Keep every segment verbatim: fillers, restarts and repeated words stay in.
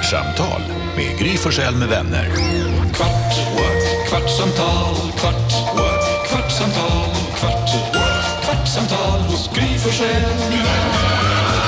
Kvartsamtal med Gry Forssell med vänner. Kvart, what? Kvartsamtal, kvart, what? Kvartsamtal, kvart, what? Kvartsamtal hos Gry Forssell med vänner.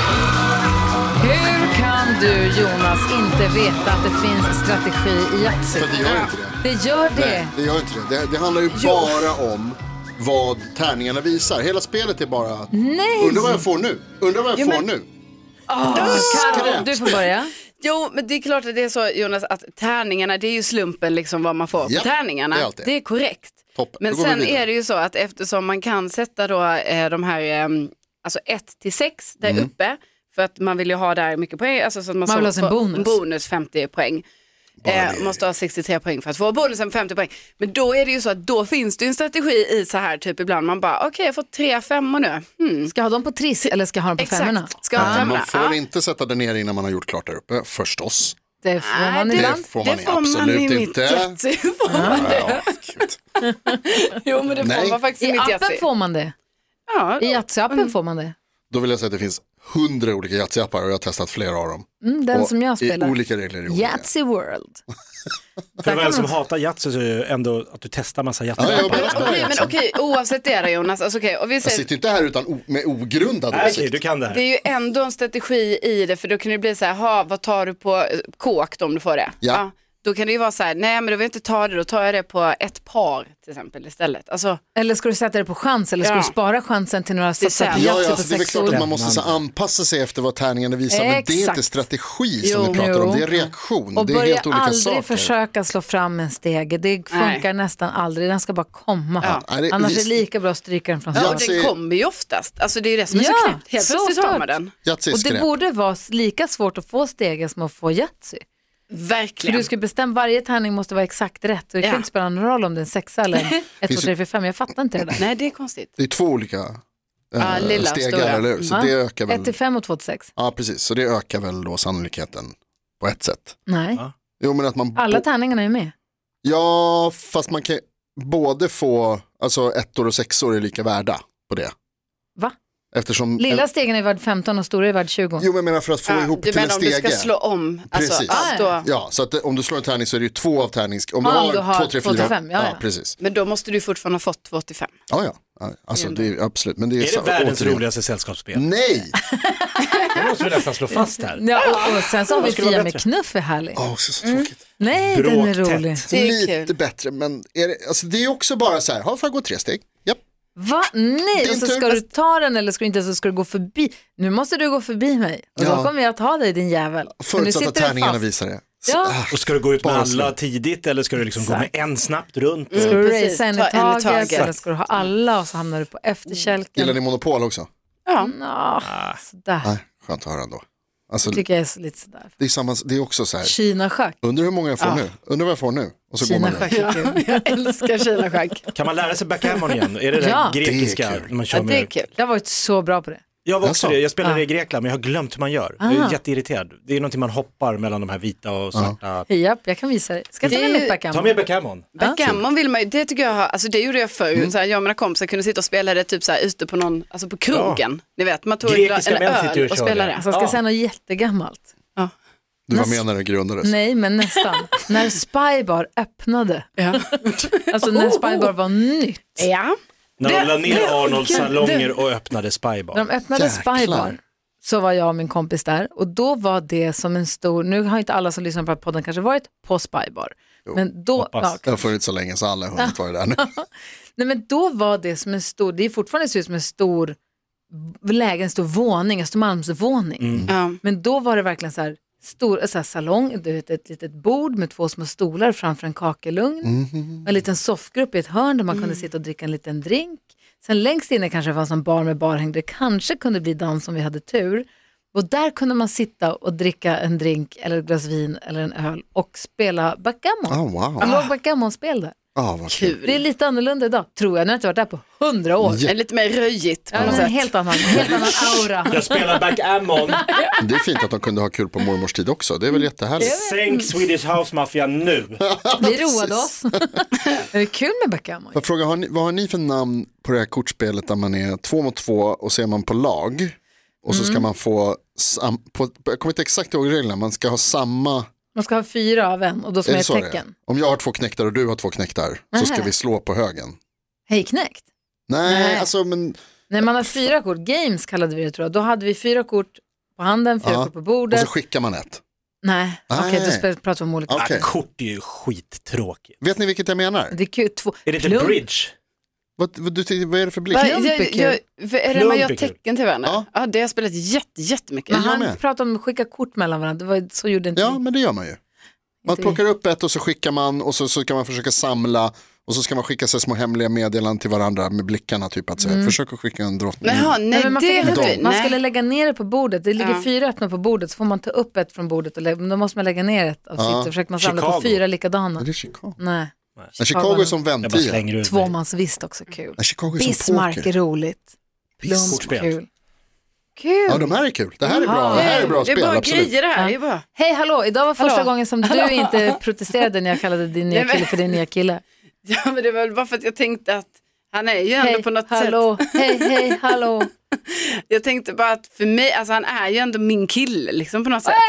Hur kan du, Jonas, inte veta att det finns strategi i Yatzy? För det gör inte det. Det gör det. Nej, det gör inte det. Det, det handlar ju jo. bara om vad tärningarna visar. Hela spelet är bara... Nej! Undrar vad jag får nu. Undrar vad jag jo, får men... nu. Oh, Karo, du får börja. Jo, men det är klart att det är så, Jonas, att tärningarna, det är ju slumpen liksom vad man får ja, på tärningarna. Det är, det. det är korrekt. Toppen. Men sen är det ju så att eftersom man kan sätta då eh, de här, eh, alltså ett till sex där mm. uppe, för att man vill ju ha där mycket poäng, alltså så att man, man vill ha sin bonus. bonus femtio poäng. Eh, måste ha sextiotre poäng för att få bonusen femtio poäng. Men då är det ju så att då finns det en strategi i så här typ ibland. Man bara, okej okay, jag får tre femmor nu. Hmm. Ska jag ha dem på triss eller ska jag ha dem på Exakt. femmorna? Ska jag ha ah. femmorna? Man får ah. inte sätta det ner innan man har gjort klart där uppe, förstås. Det får man Nej, ibland. Det får man, det får absolut man i inte. Mitt Yatzy får man det. Ja, jo men det Nej. får man faktiskt i, I mitt appen Yatzy. får man det. Ja, I Yatzy-appen mm. får man det. Då vill jag säga att det finns hundra olika Yatzy-appar och jag har testat flera av dem. Mm, den och som jag spelar. I olika regler i olika. Yatzy World. För väl som hatar Yatzy så är det ändå att du testar massa Yatzy. Ja, okej, men okej, oavsett det då Jonas. Alltså, okay, och vi säger... Jag sitter inte här utan o- med ogrundad Nej, åsikt. okej, du kan det här. Det är ju ändå en strategi i det, för då kan det bli så här, ha, vad tar du på kåk om du får det? Ja. ja. Då kan det ju vara så här, nej men då vill jag inte ta det, då tar jag det på ett par till exempel istället. Alltså, eller ska du sätta det på chans eller ska ja. du spara chansen till några satsar på sen. Ja, Yatzy ja, på alltså, det är väl sex klart år? att man måste så anpassa sig efter vad tärningarna visar. Men det är inte Exakt. strategi Jo, som vi pratar jo. om. Det är reaktion. Och det är börja helt olika aldrig saker. försöka slå fram en stege. Det funkar Nej. nästan aldrig. Den ska bara komma. Ja. Ja, det- Annars är visst. det lika bra att stryka den från ja, start. och Yatzy- den kommer ju oftast. Alltså det är ju det som är Ja, så knäppt. Helt så plötsligt har klart. man den. Yatzy är Och det skräp. borde vara lika svårt att få stege som att få Yatzy. För Verkligen. du ska bestämma, varje tärning måste vara exakt rätt. Och det kan Ja. inte spela någon roll om det är en sexa eller en ett, två, tre, fyra, fem. Jag fattar inte det där. Nej, det är konstigt. Det är två olika Ja, äh, lilla, stegar, stora. eller hur? Så Ja. det ökar väl... ett till fem och två till sex. Ja, precis. Så det ökar väl då sannolikheten på ett sätt. Nej, Ja. Jo, men att man... alla bo- tärningarna är med. Ja, fast man kan både få... Alltså ettor och sexor är lika värda på det. Va? Eftersom... Lilla stegen är värd femton och stora är värd tjugo. Jo, men jag menar för att få Ja, ihop du till en menar om du stege. ska slå om. Alltså, Precis. ja, då, Ja, så att det, om du slår en tärning så är det ju två av tärnings... Om du Ja, har, om du har två, tre, två fyra... till fem, ja, ja, ja. precis. men då måste du fortfarande ha fått två till fem. Ja, ja. ja alltså, det är absolut... Men det är, Är så, det världens återigen- roligaste sällskapsspel? Nej! Det måste vi nästan slå fast här. Ja, och, och sen så har vi Vad skulle vara Fia med bättre? knuff är härlig. Åh, så, så tråkigt. Nej, den är Bråktätt. rolig. Det är Lite kul. bättre, men är det, alltså, det är också bara så här, ha för att gå tre steg. Japp. Va? Nej, Din och så tur. ska du ta den eller ska du inte, så ska du gå förbi. Nu måste du gå förbi mig. Och Ja. då kommer jag att ha dig, din jävel. För nu Förutsatt att sitter du tärningarna fast. visar det. Så, Ja. ah, Och ska du gå ut med Bara alla slå. tidigt eller ska du liksom gå med en snabbt runt? Ska du Precis, racea en i ta en i taget, taget. eller ska du ha alla och så hamnar du på efterkälken? Gillar ni Monopol också? Ja. Nå, sådär. Nej, skönt att höra ändå. Alltså, Tycker jag är så lite sådär. det, är samma, det är också så här, Kina-schack. undrar hur många jag får Ja. nu? Undrar vad jag får nu? Och så går man Kina-schack runt. är kul. Jag älskar Kina-schack. Kan man lära sig backgammon igen? Är det det Ja. grekiska? Det är kul. När man kör Ja, det är med... kul. Jag har varit så bra på det. Jag var också Jaså? det, jag spelade Ja. i Grekland men jag har glömt hur man gör. Jag Aha. är jätteirriterad. Det är någonting man hoppar mellan de här vita och svarta. Japp, jag kan visa dig. Ska jag ta Det med är- mitt backgammon? Ta med backgammon. Backgammon vill man ju, det tycker jag har, alltså det gjorde jag förr, Mm. så här, jag och mina kompisar kunde sitta och spela det typ så här ute på någon, alltså på krogen, ni vet, man tog en, Grekiska en män sitter ju öl och och kör spelade det. det. Alltså, jag ska Ja. säga något jättegammalt. Du var Näst- med när det grundades. Nej, men nästan. När Spybar öppnade. Ja. Alltså när Spybar var nytt. Ja. När de Det- la ner det- Arnolds det- salonger och öppnade Spybar. När de öppnade Jäklar. Spybar så var jag och min kompis där. Och då var det som en stor, nu har inte alla som lyssnar på den här podden kanske varit på Spybar. Men då, hoppas. ja, Det har funnits så länge så alla har hunnit vara där nu. nej, men då var det som en stor, det är fortfarande ser ut som en stor läge, en stor våning, en Östermalmsvåning. Ja. Men då var det verkligen så här stor så här salong, du vet, ett litet bord med två små stolar framför en kakelugn. En liten soffgrupp i ett hörn där man kunde sitta och dricka en liten drink. Sen längst inne kanske det fanns en bar med barhäng. Det kanske kunde bli dans om vi hade tur. Och där kunde man sitta och dricka en drink eller ett glas vin eller en öl och spela backgammon. Oh, wow. Det låg backgammonspel där. Ah, vad kul. Det är lite annorlunda idag, tror jag. Nu har jag inte varit där på hundra år. Ja. En lite mer röjigt på Ja, något det är en sätt. helt annan, helt annan aura. Jag spelar backgammon. Det är fint att de kunde ha kul på mormors tid också. Det är väl jättehärligt. Sänk Swedish House Mafia nu. Vi roade oss. Det är kul med backgammon. Jag frågar, har ni, vad har ni för namn på det här kortspelet där man är två mot två och så är man på lag och så ska man få, sam, på, jag kommer inte exakt ihåg reglerna, man ska ha samma Man ska ha fyra av en och då ska man ett tecken. Om jag har två knäktar och du har två knäktar så ska vi slå på högen. Hej knäckt? Nej, Nej, alltså men... Nej, man har fyra kort. Games kallade vi det, tror jag. Då hade vi fyra kort på handen, fyra ja. kort på bordet. Och så skickar man ett. Nej, okej, okay, då pratar vi om olika. Okay. Kort är ju skittråkigt. Vet ni vilket jag menar? Det är kul. Två... Är det inte Plump. bridge? Vad, vad, du, vad är det för blick? Va, jag, jag, är det man gör tecken till varandra? Ja. ja, det har jag spelat jätte, jättemycket. Men han pratar om att skicka kort mellan varandra. Det var, så gjorde inte Ja, vi. men det gör man ju. Man plockar upp ett och så skickar man och så, så kan man försöka samla och så ska man skicka sig små hemliga meddelanden till varandra med blickarna typ att säga. Mm. Försök att skicka en drottning. Jaha, nej, nej, men man, det fick, man skulle lägga ner det på bordet. Det ligger ja. fyra öppna på bordet, så får man ta upp ett från bordet och lägga, då måste man lägga ner ett av ja. sitt och försöka man samla Chicago. på fyra likadana. Är det Chicago? Nej. Nej. Chicago, Chicago är som ventil. Tvåmansvist också kul. Nej, Chicago är Bismarck som är roligt. Plump kul. Kul. Ja, de här är kul. Det här är bra. Det här är bra spel, absolut. Det är bara grejer det här. Ja. Hej, hallå. Idag var första hallå. gången som hallå. du inte protesterade när jag kallade din nya kille för din nya kille. Ja, men det var väl bara för att jag tänkte att han är ju ändå hej, på något hallå. sätt. Hej, hej, hallå. Jag tänkte bara att för mig, alltså han är ju ändå min kille liksom på något sätt.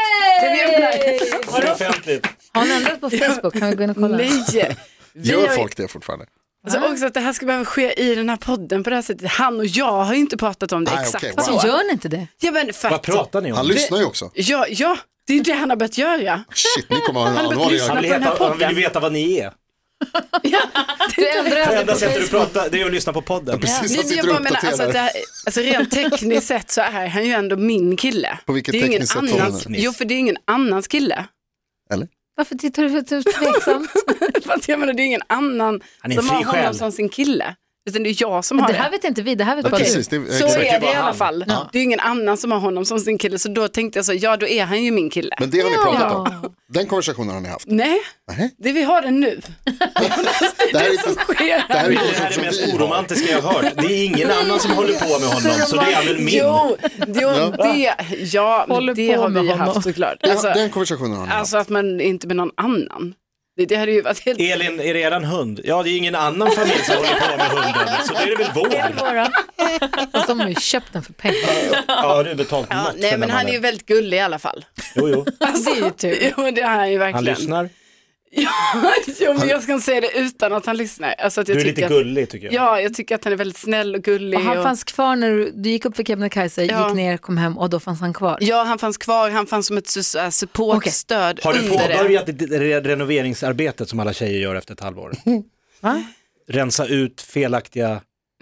Hey! Har du offentligt? Har han ändrat på Facebook? Kan vi gå in och kolla? Nej. Gör folk det fortfarande? Alltså också att det här ska behöva ske i den här podden på det här sättet. Han och jag har ju inte pratat om det ah, exakt. Okay, wow. Varför gör ni inte det? Ja, men för vad pratar ni om? Han lyssnar ju också. Ja, ja, det är det han har börjat göra. Shit, ni kommer ha en allvarlig han, vill veta, han vill veta vad ni är. Ja, det är enda sättet du pratar, det är att lyssna på podden. Ja, precis, ja. Men jag bara menar, alltså, att det, alltså rent tekniskt sett så är han ju ändå min kille. På vilket det är ingen tekniskt annans, sätt? Jo, för det är ingen annans kille. Eller? Varför tittar du så tveksamt? För att jag menar, det är ingen annan som har honom som sin kille. Utan det är jag som har det. det här vet inte vi, det här vet ja, bara precis, du. det, så exakt. är det i alla fall. Ja. Det är ingen annan som har honom som sin kille. Så då tänkte jag så, ja då är han ju min kille. Men det har ni pratat ja. om. Den konversationen har ni haft. Nej, Nej. det vi har den nu. det här är inte, sker. Det här är, det, här är det mest oromantiska jag har hört. Det är ingen annan som håller på med honom, så det är väl min. Jo, jo det, ja, det har vi haft såklart. Alltså, den konversationen har ni haft. Alltså att man inte med någon annan. Det, det hade ju varit helt... Elin, är det eran hund? Ja, det är ingen annan familj som håller på med hunden, så det är det väl vår. Fast de har ju köpt den för pengar. Ja, du har betalt ja, något. nej, men han är ju väldigt gullig i alla fall. Jo, jo. Alltså, det är ju tur. Jo, det är han ju verkligen. Han lyssnar. Ja, jo, men jag ska säga det utan att han lyssnar. Alltså att jag du är lite att, gullig tycker jag. Ja, jag tycker att han är väldigt snäll och gullig. Och han och... fanns kvar när du, du gick upp för Kebnekaise, ja. gick ner, kom hem och då fanns han kvar. Ja, han fanns kvar. Han fanns som ett supportstöd. Okay. Har du under påbörjat det re- renoveringsarbetet som alla tjejer gör efter ett halvår? Va? Rensa ut felaktiga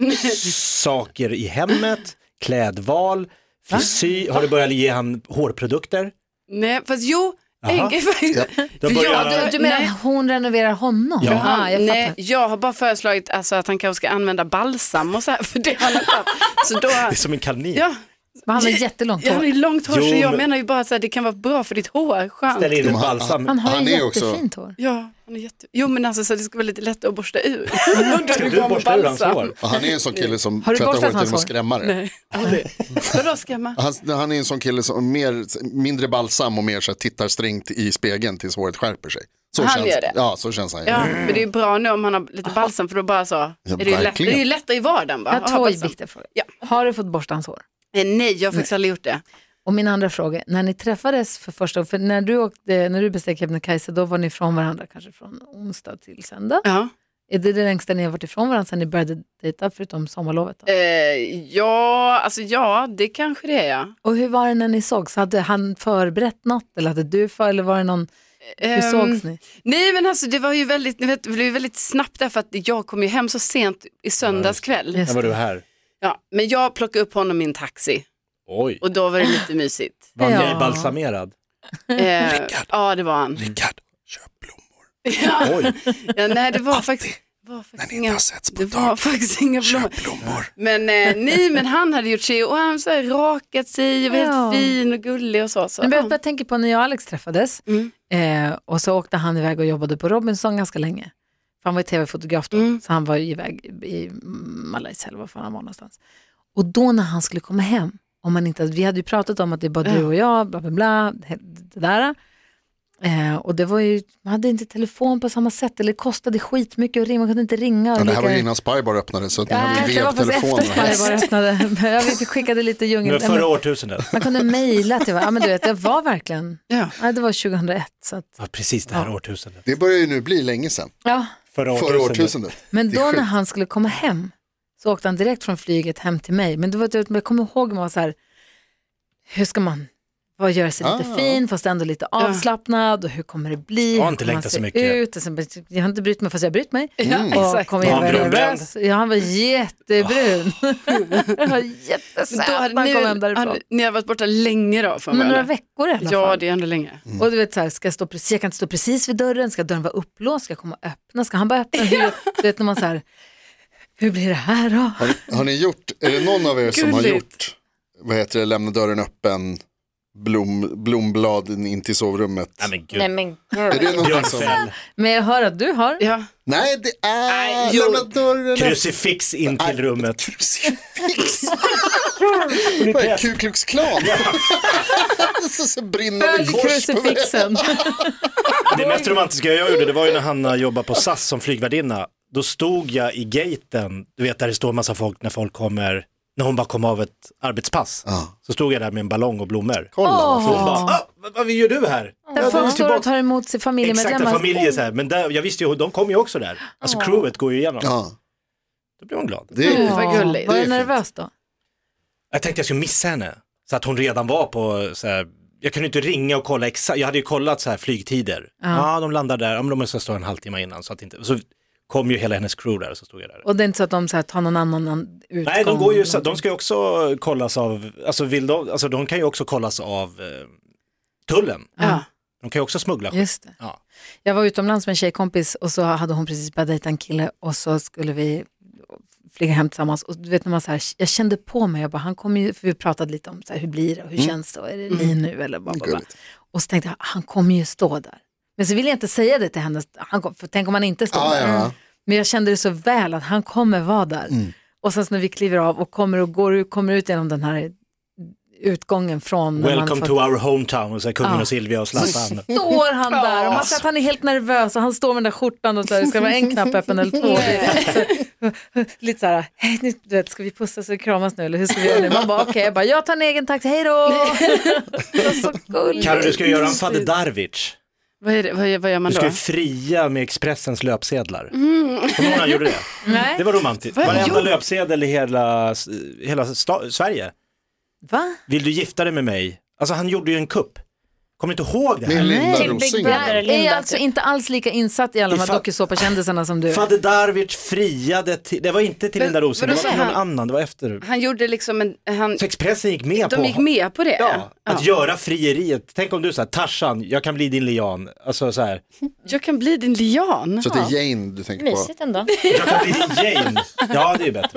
saker i hemmet, klädval, frisyr. Har du börjat ge han hårprodukter? Nej, fast jo... En grej faktiskt. Ja. För jag, du, du menar nej. hon renoverar honom? Ja. Ah, jag, nej, jag har bara föreslagit alltså, att han kanske ska använda balsam och så här, för det har han inte haft. Så då, det är som en kanin. Ja. Men han har jättelångt hår. Ja, han har långt hår, jo, så jag men... menar ju bara att det kan vara bra för ditt hår. Skönt. Ställ in en balsam. Han har han ju är jättefint också... hår. Ja, han är jätte... Jo, men alltså så det ska vara lite lätt att borsta ur. Ska du borsta ur hans hår? Och han är en sån kille som tvättar håret genom att skrämma det. Nej, aldrig. Vadå skrämma? Han, han är en sån kille som mer, mindre balsam och mer så här, tittar strängt i spegeln tills håret skärper sig. Så han känns gör det? Ja, så känns han. Ja, men det är bra nu om han har lite balsam för då bara så. Ja, är det, ju lätt, det är ju lättare i vardagen bara. Jag har två viktiga frågor. Ja. Har du fått borsta hans hår? Eh, nej, jag har faktiskt aldrig gjort det. Och min andra fråga, när ni träffades för första gången, för när du, åkte, när du besteg Kebnekaise, då var ni ifrån varandra kanske från onsdag till söndag. Ja. Är det det längsta ni har varit ifrån varandra sen ni började dejta förutom sommarlovet? Då? Eh, ja, alltså ja, det kanske det är, ja. Och hur var det när ni sågs? Hade han förberett något eller hade du för, eller var det någon, hur um, sågs ni? Nej, men alltså det var ju väldigt, ni vet, det blev väldigt snabbt därför att jag kom ju hem så sent i söndags kväll. När var du här? Ja, men jag plockade upp honom i en taxi. Oj. Och då var det lite mysigt. Var han ja. balsamerad? Eh, ja, det var han. Rickard, köp blommor. Ja. Oj. Ja, nej, det var Alltid. faktiskt, var faktiskt När inga, ni setts på det dag, var faktiskt inga blommor. köp blommor. Men eh, nej, men han hade gjort sig och han så här rakat sig och var Ja. helt fin och gullig och så. så. Men jag ja. bara tänker på när jag och Alex träffades Mm. eh, och så åkte han iväg och jobbade på Robinson ganska länge. För han var ju tv-fotograf då, Mm. så han var ju iväg i Malaysia eller var fan han var någonstans. Och då när han skulle komma hem, om man inte, vi hade ju pratat om att det är bara Ja. du och jag, bla bla bla, det där. Eh, och det var ju, man hade inte telefon på samma sätt, eller det kostade skitmycket att ringa, man kunde inte ringa. Ja, det här lika... var ju innan Spybar öppnade, så att ni hade Nej, det var fast vevtelefon. efter Spybar öppnade. Jag vet, skickade lite djungel. Men förra årtusendet. Man kunde mejla till, ja men du vet, det var verkligen, Ja. ja, det var tjugohundraett. Så att, Ja, precis det här Ja. årtusendet. Det börjar ju nu bli länge sedan. ja. Förra Förra årtusendet. årtusendet. Men Det är då när sjukt. han skulle komma hem så åkte han direkt från flyget hem till mig. Men det var, jag kommer ihåg man var så här, hur ska man, vad gör sig lite Ah. fin fast ändå lite avslappnad och hur kommer det bli? Jag har Hur inte kommer längtat han så se mycket. Ut? Och sen, jag har inte brytt mig fast jag har brytt mig. Mm. Och exakt. kom Var in han och var brunbränd? nervös. Ja, han var jättebrun. Jag var jättesöt Då när hade han ni, kom hem därifrån. hade, ni har varit borta länge då från Men några varandra. veckor i alla Ja, fall. det är ändå länge. Och du vet så här, ska jag, stå precis, jag kan inte stå precis vid dörren, ska dörren vara upplåst, ska jag komma och öppna, ska han bara öppna? Hur, du vet när man så här, hur blir det här då? Har ni, har ni gjort, är det någon av er som har Gulligt. gjort, vad heter det, lämna dörren öppen, blom, blomblad in till sovrummet? Nej men gud. Nej men Är det någonting Björn som... Fäll. Men jag hör att du har. Ja. Nej, det är Nej, jo. lämna dörren öppen. Krucifix in till rummet. Krucifix. Vad är Ku Klux Klan? så, så brinnande kors på Crucifixen. Det mest romantiska jag gjorde, det var ju när Hanna jobbade på S A S som flygvärdinna. Då stod jag i gaten, du vet där det står en massa folk när folk kommer, när hon bara kom av ett arbetspass. Ja. Så stod jag där med en ballong och blommor. Kolla vad Så hon fint. bara, ah, vad, vad gör du här? Där folk står och tar emot sig Exakta familjemedlemmar. familjer så här, men där, jag visste ju, de kom ju också där. Alltså crewet går ju igenom. Ja, Då blir hon glad. det är Ja, Vad gulligt. var Det du är nervös då? Jag tänkte jag skulle missa henne. Så att hon redan var på så här, jag kunde inte ringa och kolla exakt, jag hade ju kollat så här flygtider. Ja, de landar där, ja, men de måste stå en halvtimme innan. Så, att inte, så kom ju hela hennes crew där och så stod jag där. Och det är inte så att de så här, tar någon annan utgång? Nej, de, går ju, eller så- någonting? de ska ju också kollas av, alltså, vill de, alltså de kan ju också kollas av eh, tullen. Ja. De kan ju också smuggla skit. Just det. Ja. Jag var utomlands med en tjejkompis och så hade hon precis börjat dejta en kille och så skulle vi flyga hem tillsammans och du vet när man så här, jag kände på mig, jag bara, han kommer ju, för vi pratade lite om så här, hur blir det och hur känns det och är det ni nu eller bara, bara. gulligt. Och så tänkte jag, han kommer ju stå där. Men så ville jag inte säga det till henne, han kom, för tänk om han inte står Ja, där. ja. Men jag kände det så väl att han kommer vara där. Och sen så när vi kliver av och kommer och går ut, kommer ut genom den här utgången från... när man Welcome får- to our hometown, och så är kungen Ja. och Silvia och Zlatan. står han där och man ser att han är helt nervös och han står med den där skjortan och så här, det ska vara en knapp öppen eller två. Så, lite så här, hej, nu, du vet, ska vi pussas och kramas nu eller hur ska vi göra nu? Man bara okej, okay. jag bara, jag tar en egen taxi, hej då! Det var så gulligt. Karro, du ska göra en Fadde Darwich. Vad, är det, vad, vad gör man Du då? ska ju fria med Expressens löpsedlar. Mm. Kommer någon han gjorde det? Nej. Det var romantiskt. Vad Varenda gjorde- löpsedel i hela, hela sta- Sverige. Va? Vill du gifta dig med mig? Alltså han gjorde ju en kupp. Kommer du inte ihåg det Med här? Linda Till Big Rosing. Brother. Jag är alltså inte alls lika insatt i alla de här Ifall- dokusåpakändisarna som du. Fadde Darwich friade till, det var inte till Men- Linda Rosing, det vadå, var till så någon han- annan, det var efter. Han gjorde liksom en, han, Så Expressen gick med på de gick med på det? Ja, att Ja. göra frieriet. Tänk om du säger Tarzan, jag kan bli din lian. Alltså så här, Jag kan bli din lian. Så att det är Jane du tänker på. Mysigt ändå. jag kan bli din Jane. Ja, det är bättre.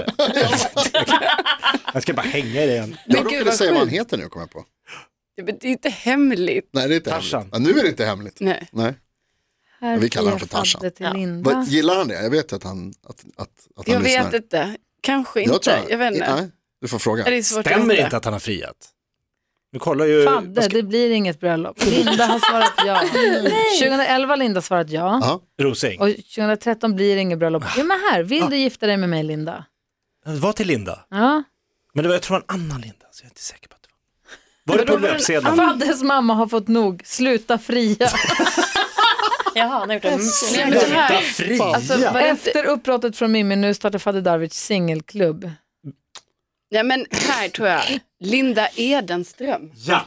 Jag ska bara hänga i det igen. Jag Men gud, råkade vad säga vad han sjukt. heter nu, kommer jag på. Men det är inte hemligt. Nej, det är inte Tarzan. hemligt. Ja, nu är det inte hemligt. Nej. Nej. Här vi kallar honom friar för Tarzan. Fadde till Ja. Linda. Vad, gillar han det? Jag vet att han, att, att, att han Jag lyssnar. vet inte. Kanske inte. Jag, tror, jag vet inte. Nej, du får fråga. Det är svårt att Stämmer veta. inte att han har friat? Nu kollar ju... Fadde, vad ska- det blir inget bröllop. Linda har svarat ja. tjugoelva har Linda svarat ja. Ja. Och Rosing. tjugohundratretton blir det inget bröllop. Ja men här, vill du gifta dig med mig Linda? Var till Linda. Ja. Men det var, jag tror det var en annan Linda, så jag är inte säker på att det var. Var det Men då på var det en löpsedeln? Faddes mamma har fått nog, sluta fria. Jaha, han har gjort en Nej, men det här, Fria? alltså, var det inte, Efter uppbrottet från Mimmi, nu startar Fadde Darwich singelklubb. ja, men här tror jag. Linda Edenström. Ja,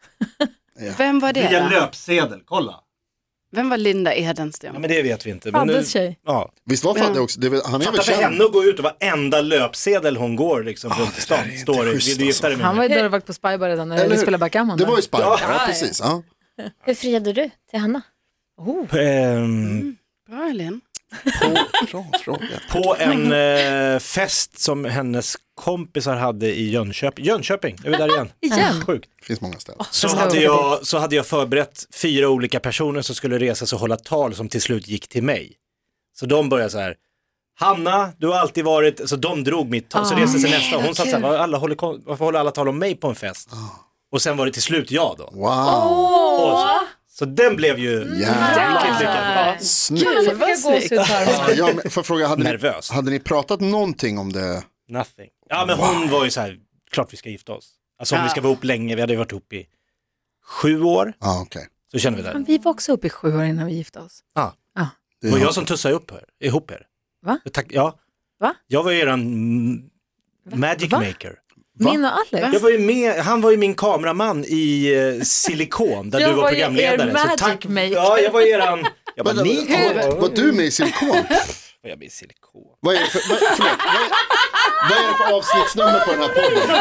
Vem var det via då? löpsedel, kolla. Vem var Linda Edenström? Ja, men det vet vi inte. Men nu, Faddes tjej. ja. Visst var Fadde också, det är, väl- han är väl Fatta för känd. henne att gå ut och varenda löpsedel hon går liksom runt i stan. är inte Står det, schysst, vill du gifta dig med Han mig? var ju dörrvakt på Spybar redan när Eller vi hur? spelade backgammon. Det var ju Spybar, Ja. ja, precis. Ja. Hur friade du till Hanna? Ehm, Bra, Elin. Bra fråga. på en eh, fest som hennes kompisar hade i Jönköping. Jönköping, är vi där igen? Igen? Sjukt. Det finns många ställen. Så ska hade, jag jag, så hade jag förberett fyra olika personer som skulle resa sig och hålla tal som till slut gick till mig. Så de började så här, Hanna, du har alltid varit, så de drog mitt tal, så Ah, reste sig nej, nästa och hon vad sa så här, kul. "Var alla håller, kon- varför håller alla tal om mig på en fest? Och sen var det till slut jag då. Wow. Och, Så den blev ju jäkligt lyckad. Snyggt. Gud, vad snyggt. Ja, jag får fråga, hade Nervös. ni, hade ni pratat någonting om det? Nothing. Ja, men hon var ju så här, klart vi ska gifta oss. Alltså om Ja. vi ska vara ihop länge, vi hade ju varit ihop i sju år. Ja, okej. Okay. Så känner vi det. Men vi var också uppe i sju år innan vi gifte oss. Ja. Ja. Det var jag som tussade upp er, ihop er. Va? Tack, ja. Va? Jag var ju eran mm, magic Va? maker. Min och Alex. Jag var ju med, han var ju min kameraman i uh, Silikon där Jag du var var ju programledare. er magic tack, maker. ja, jag var ju eran... Jag bara, Men, ni var, var du med i Silikon? var jag med i Silikon? Vad är det för, vad, förlåt, vad, är, vad är det för avsnittsnummer på den här podden?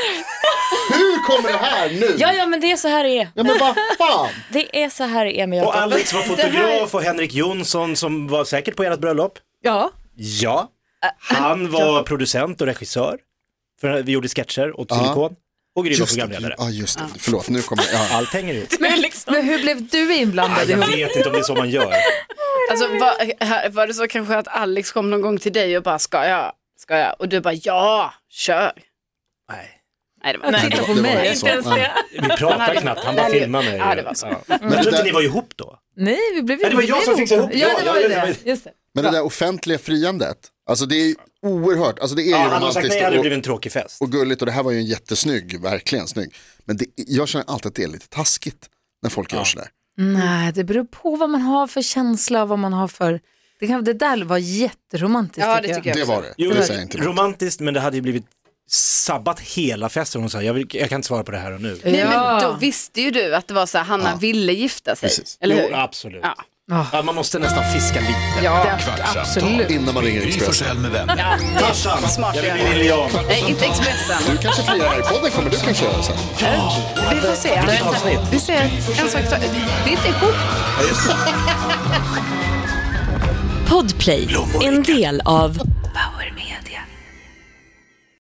Hur kommer det här nu? Ja, ja, men det är så här det är. Ja, men vad fan? Det är så här det är med Och Jakob. Alex var fotograf och Henrik Jonsson som var säkert på ert bröllop. Ja. Ja. Han var producent och regissör. För vi gjorde sketcher åt Silikon. Och Gry var Just det, programledare. ja, just det. Förlåt, nu kommer ja. Allt hänger ihop. Men, liksom. Men hur blev du inblandad? Jag ihop? vet inte om det är så man gör. Alltså var, var det så kanske att Alex kom någon gång till dig och bara ska jag, ska jag? Och du bara ja, kör. Nej. Nej, det var Nej, nej. titta på Det var mig. inte så. Nej. Vi pratade knappt, han bara filmade mig. Ja, det var så. Ja. Men jag tror inte ni var ihop då. Nej, vi blev Nej, det var jag som fixade ihop. Ja, det Ja, var ju ja, det. ja. Just det. Men det där offentliga friandet, alltså det är oerhört, alltså det är Ja, ju hade de sagt romantiskt nej hade det och, blivit en tråkig fest. och gulligt och det här var ju en jättesnygg, verkligen snygg. Men det, jag känner alltid att det är lite taskigt när folk gör sådär. Nej, det beror på vad man har för känsla och vad man har för... Det, kan, det där var jätteromantiskt. Ja, det tycker jag. Det var det, Jo, det men, säger jag inte emot. romantiskt, men det hade ju blivit sabbat hela festen. Hon sa, jag, vill, jag kan inte svara på det här och nu. Nej, Ja. men då visste ju du att det var så här, Hanna Ja. ville gifta sig. Precis. Eller hur? Jo, absolut. Ja. Ja, man måste nästan fiska lite. Ja. Absolut. Innan man ringer Gry Expressen. Forssell med vänner. Ja. Tarzan, Smart jag att vill göra. bli Lilian. Nej, inte Expressen. Du kanske friar här i podden, kommer du kanske göra sen. Vi får se. Vilket avsnitt? Vi ser en sak. Vi är inte ihop. Podplay, en del av